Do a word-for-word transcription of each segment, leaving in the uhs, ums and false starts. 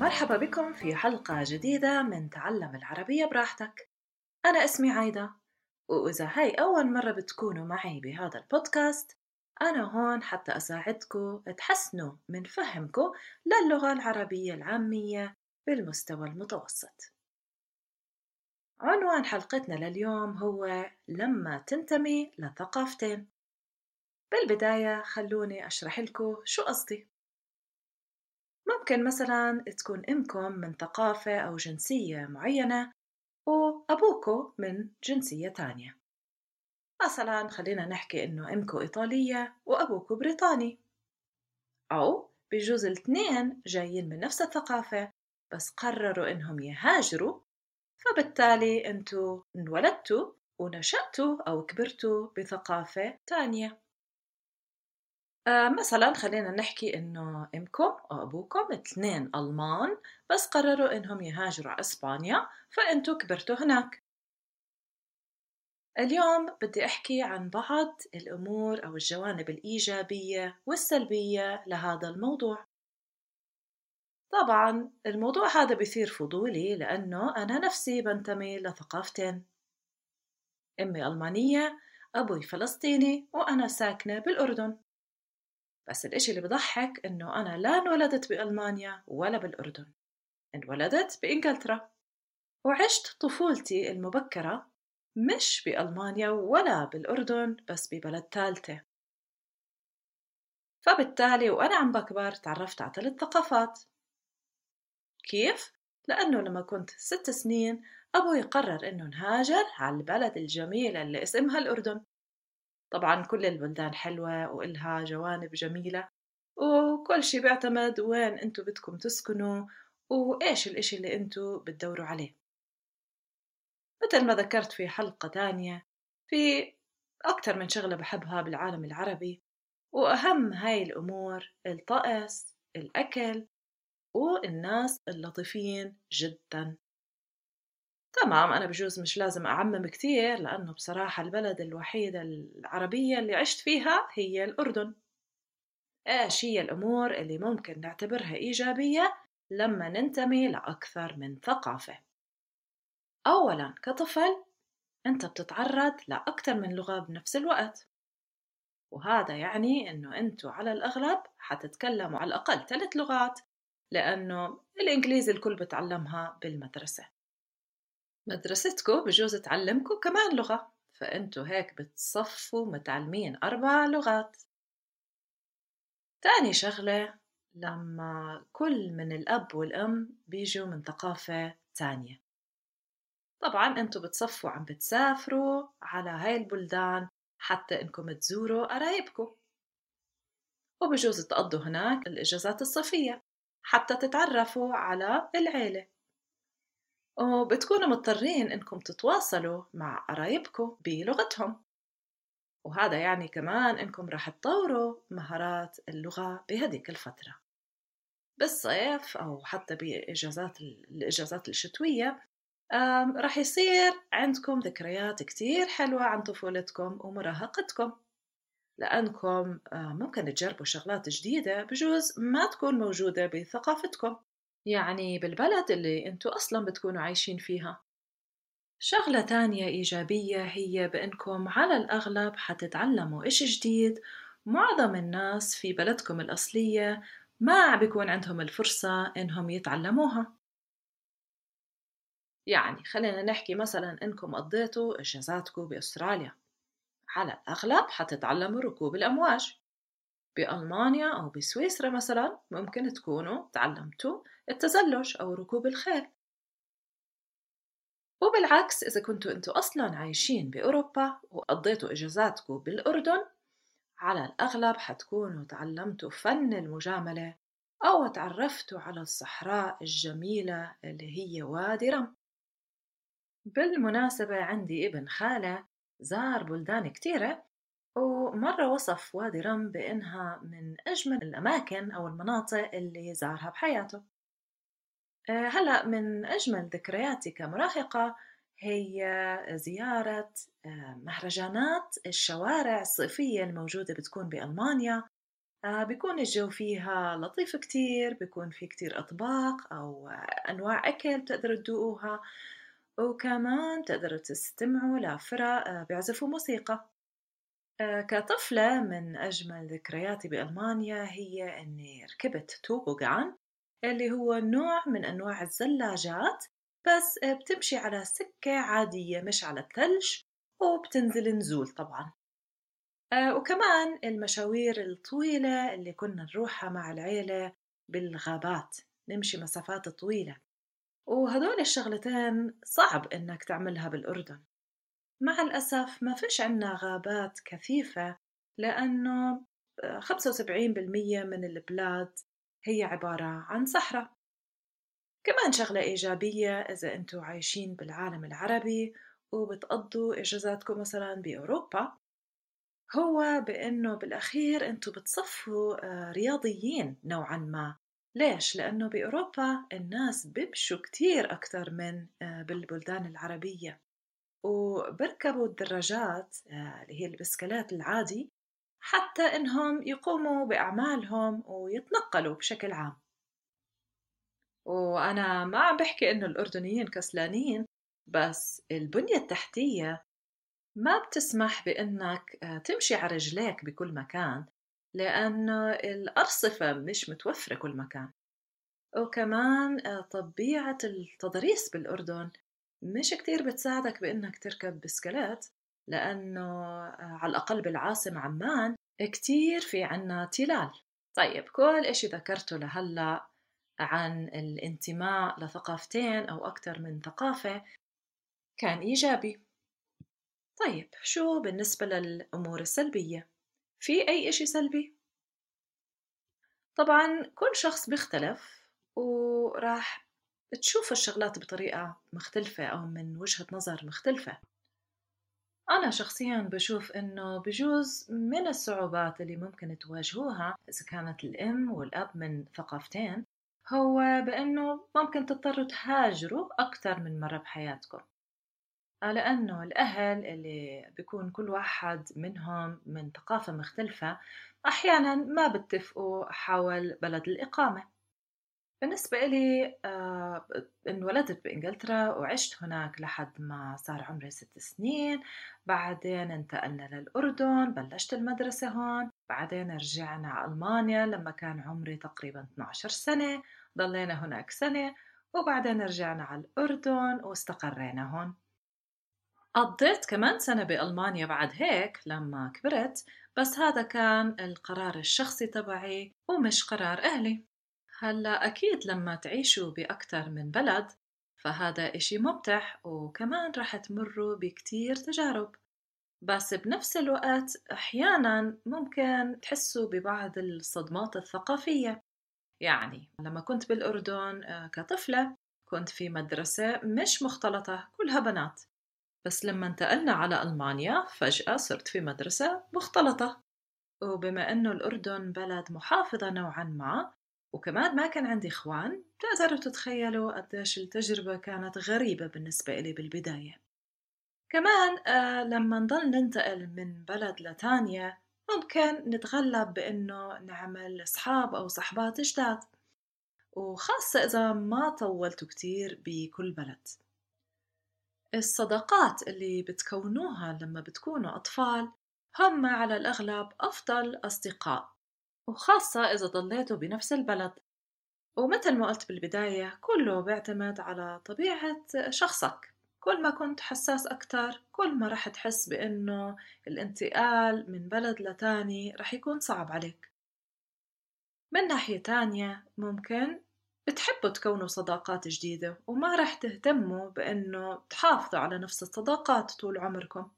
مرحبا بكم في حلقة جديدة من تعلم العربية براحتك. أنا اسمي عايدة، وإذا هاي أول مرة بتكونوا معي بهذا البودكاست، أنا هون حتى أساعدكم تحسنوا من فهمكم للغة العربية العامية بالمستوى المتوسط. عنوان حلقتنا لليوم هو لما تنتمي لثقافتين. بالبداية خلوني أشرح لكم شو قصدي. ممكن مثلا تكون أمكم من ثقافة أو جنسية معينة وأبوكو من جنسية تانية. مثلا خلينا نحكي إنه أمكو إيطالية وأبوكو بريطاني، أو بجوز الاثنين جايين من نفس الثقافة بس قرروا إنهم يهاجروا، فبالتالي أنتوا انولدتوا ونشأتوا أو كبرتوا بثقافة تانية. آه مثلا خلينا نحكي إنه أمكم أو أبوكم اثنين ألمان بس قرروا إنهم يهاجروا على إسبانيا، فأنتوا كبرتوا هناك. اليوم بدي أحكي عن بعض الأمور أو الجوانب الإيجابية والسلبية لهذا الموضوع. طبعاً الموضوع هذا بيثير فضولي لأنه أنا نفسي بنتمي لثقافتين. أمي ألمانية، أبوي فلسطيني، وأنا ساكنة بالأردن. بس الإشي اللي بضحك إنه أنا لا انولدت بألمانيا ولا بالأردن، انولدت بإنجلترا، وعشت طفولتي المبكرة مش بألمانيا ولا بالأردن بس ببلد ثالثة. فبالتالي وأنا عم بكبر تعرفت على ثلاث ثقافات. كيف؟ لأنه لما كنت ست سنين أبوي قرر إنه نهاجر على البلد الجميلة اللي اسمها الأردن. طبعا كل البلدان حلوة وإلها جوانب جميلة، وكل شي بيعتمد وين أنتوا بدكم تسكنوا وإيش الإشي اللي أنتوا بتدوروا عليه. مثل ما ذكرت في حلقة تانية، في أكتر من شغلة بحبها بالعالم العربي، وأهم هاي الأمور الطقس، الأكل، والناس اللطيفين جدا. تمام، أنا بجوز مش لازم أعمم كتير لأنه بصراحة البلد الوحيدة العربية اللي عشت فيها هي الأردن. إيش هي الأمور اللي ممكن نعتبرها إيجابية لما ننتمي لأكثر من ثقافة؟ أولاً كطفل أنت بتتعرض لأكثر من لغة بنفس الوقت، وهذا يعني إنه أنتوا على الأغلب حتتكلموا على الأقل ثلاث لغات، لأنه الإنجليزي الكل بتعلمها بالمدرسة. مدرستكو بجوز تعلمكو كمان لغة، فأنتوا هيك بتصفوا متعلمين أربع لغات. تاني شغلة، لما كل من الأب والأم بيجوا من ثقافة تانية، طبعا أنتوا بتصفوا عم بتسافروا على هاي البلدان حتى إنكم تزوروا قرايبكم، وبجوز تقضوا هناك الإجازات الصيفية حتى تتعرفوا على العيلة، وبتكونوا مضطرين إنكم تتواصلوا مع قرايبكم بلغتهم، وهذا يعني كمان إنكم رح تطوروا مهارات اللغة بهديك الفترة. بالصيف أو حتى بإجازات الإجازات الشتوية آم، رح يصير عندكم ذكريات كتير حلوة عن طفولتكم ومراهقتكم، لأنكم آه، ممكن تجربوا شغلات جديدة بجوز ما تكون موجودة بثقافتكم، يعني بالبلد اللي انتوا أصلا بتكونوا عايشين فيها. شغلة تانية إيجابية هي بأنكم على الأغلب حتتعلموا إشي جديد معظم الناس في بلدكم الأصلية ما بيكون عندهم الفرصة إنهم يتعلموها. يعني خلينا نحكي مثلا إنكم قضيتوا إجازاتكم بأستراليا، على الأغلب حتتعلموا ركوب الأمواج. بألمانيا أو بسويسرا مثلا ممكن تكونوا تعلمتوا التزلج أو ركوب الخيل. وبالعكس إذا كنتوا أنتوا أصلا عايشين بأوروبا وقضيتوا إجازاتكم بالأردن، على الأغلب حتكونوا تعلمتوا فن المجاملة أو تعرفتوا على الصحراء الجميلة اللي هي وادي رم. بالمناسبة عندي ابن خالة زار بلدان كتيرة، ومرة وصف وادي رم بأنها من أجمل الأماكن أو المناطق اللي زارها بحياته. آه، هلأ من أجمل ذكرياتي كمراهقة هي زيارة آه، مهرجانات الشوارع الصيفية الموجودة بتكون بألمانيا، آه، بيكون الجو فيها لطيف كتير، بيكون في كتير أطباق أو آه، أنواع أكل بتقدروا تدوقوها، وكمان بتقدروا تستمعوا لفرق آه، بيعزفوا موسيقى. آه، كطفلة من أجمل ذكرياتي بألمانيا هي إني ركبت توبوغان، اللي هو نوع من أنواع الزلاجات، بس آه، بتمشي على سكة عادية مش على الثلج، وبتنزل نزول طبعا. آه، وكمان المشاوير الطويلة اللي كنا نروحها مع العيلة بالغابات، نمشي مسافات طويلة، وهدول الشغلتين صعب إنك تعملها بالأردن. مع الأسف ما فيش عنا غابات كثيفة، لأنه آه، خمسة وسبعين بالمية من البلاد هي عبارة عن صحراء. كمان شغلة إيجابية إذا أنتوا عايشين بالعالم العربي وبتقضوا إجازاتكم مثلا بأوروبا، هو بأنه بالأخير أنتوا بتصفوا آه، رياضيين نوعا ما. ليش؟ لأنه بأوروبا الناس بيمشوا كتير أكتر من آه، بالبلدان العربية، وبركبوا الدراجات آه، اللي هي البسكلات العادي، حتى إنهم يقوموا بأعمالهم ويتنقلوا بشكل عام. وأنا ما عم بحكي إنه الأردنيين كسلانين، بس البنية التحتية ما بتسمح بإنك آه، تمشي على رجليك بكل مكان، لأنه الأرصفة مش متوفرة كل مكان. وكمان آه، طبيعة التضاريس بالأردن مش كتير بتساعدك بإنك تركب بسكلات، لأنه آه، على الأقل بالعاصمة عمان كتير في عنا تلال. طيب، كل إشي ذكرته لهلأ عن الانتماء لثقافتين أو أكثر من ثقافة كان إيجابي. طيب، شو بالنسبة للأمور السلبية؟ في أي إشي سلبي؟ طبعا كل شخص بيختلف، وراح تشوف الشغلات بطريقة مختلفة أو من وجهة نظر مختلفة. أنا شخصيا بشوف إنه بجوز من الصعوبات اللي ممكن تواجهوها إذا كانت الأم والأب من ثقافتين، هو بأنه ممكن تضطروا تهاجروا أكثر من مرة بحياتكم، لأنه الأهل اللي بيكون كل واحد منهم من ثقافة مختلفة أحيانا ما بتفقوا حول بلد الإقامة. بالنسبة إلي آه، انولدت بإنجلترا وعشت هناك لحد ما صار عمري ست سنين. بعدين انتقلنا للأردن، بلشت المدرسة هون، بعدين رجعنا على ألمانيا لما كان عمري تقريبا اثني عشر سنة، ضلينا هناك سنة، وبعدين رجعنا على الأردن واستقرينا هون. قضيت كمان سنة بألمانيا بعد هيك لما كبرت، بس هذا كان القرار الشخصي تبعي ومش قرار أهلي. هلا أكيد لما تعيشوا بأكتر من بلد فهذا إشي ممتع، وكمان رح تمروا بكتير تجارب، بس بنفس الوقت أحيانا ممكن تحسوا ببعض الصدمات الثقافية. يعني لما كنت بالأردن آه، كطفلة كنت في مدرسة مش مختلطة كلها بنات، بس لما انتقلنا على ألمانيا فجأة صرت في مدرسة مختلطة. وبما أنه الأردن بلد محافظة نوعا ما، وكمان ما كان عندي إخوان، تقدروا تتخيلوا قديش التجربة كانت غريبة بالنسبة إلي بالبداية. كمان آه لما نضل ننتقل من بلد لتانية ممكن نتغلب بأنه نعمل أصحاب أو صحبات جداد، وخاصة إذا ما طولتوا كتير بكل بلد. الصداقات اللي بتكونوها لما بتكونوا أطفال هم على الأغلب أفضل أصدقاء، وخاصة إذا ضليتوا بنفس البلد. ومثل ما قلت بالبداية، كله بيعتمد على طبيعة شخصك. كل ما كنت حساس أكتر كل ما رح تحس بأنه الانتقال من بلد لتاني رح يكون صعب عليك. من ناحية تانية ممكن بتحبوا تكونوا صداقات جديدة وما رح تهتموا بأنه تحافظوا على نفس الصداقات طول عمركم،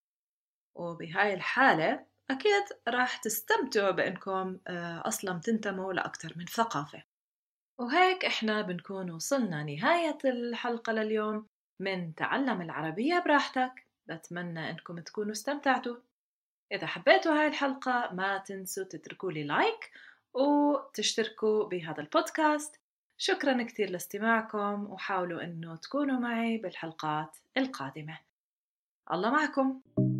وبهاي الحالة أكيد راح تستمتعوا بأنكم آه، أصلا تنتموا لأكثر من ثقافة. وهيك إحنا بنكون وصلنا نهاية الحلقة لليوم من تعلم العربية براحتك. بتمنى إنكم تكونوا استمتعتوا. إذا حبيتوا هاي الحلقة ما تنسوا تتركوا لي لايك وتشتركوا بهذا البودكاست. شكرا كتير لاستماعكم، وحاولوا إنه تكونوا معي بالحلقات القادمة. الله معكم.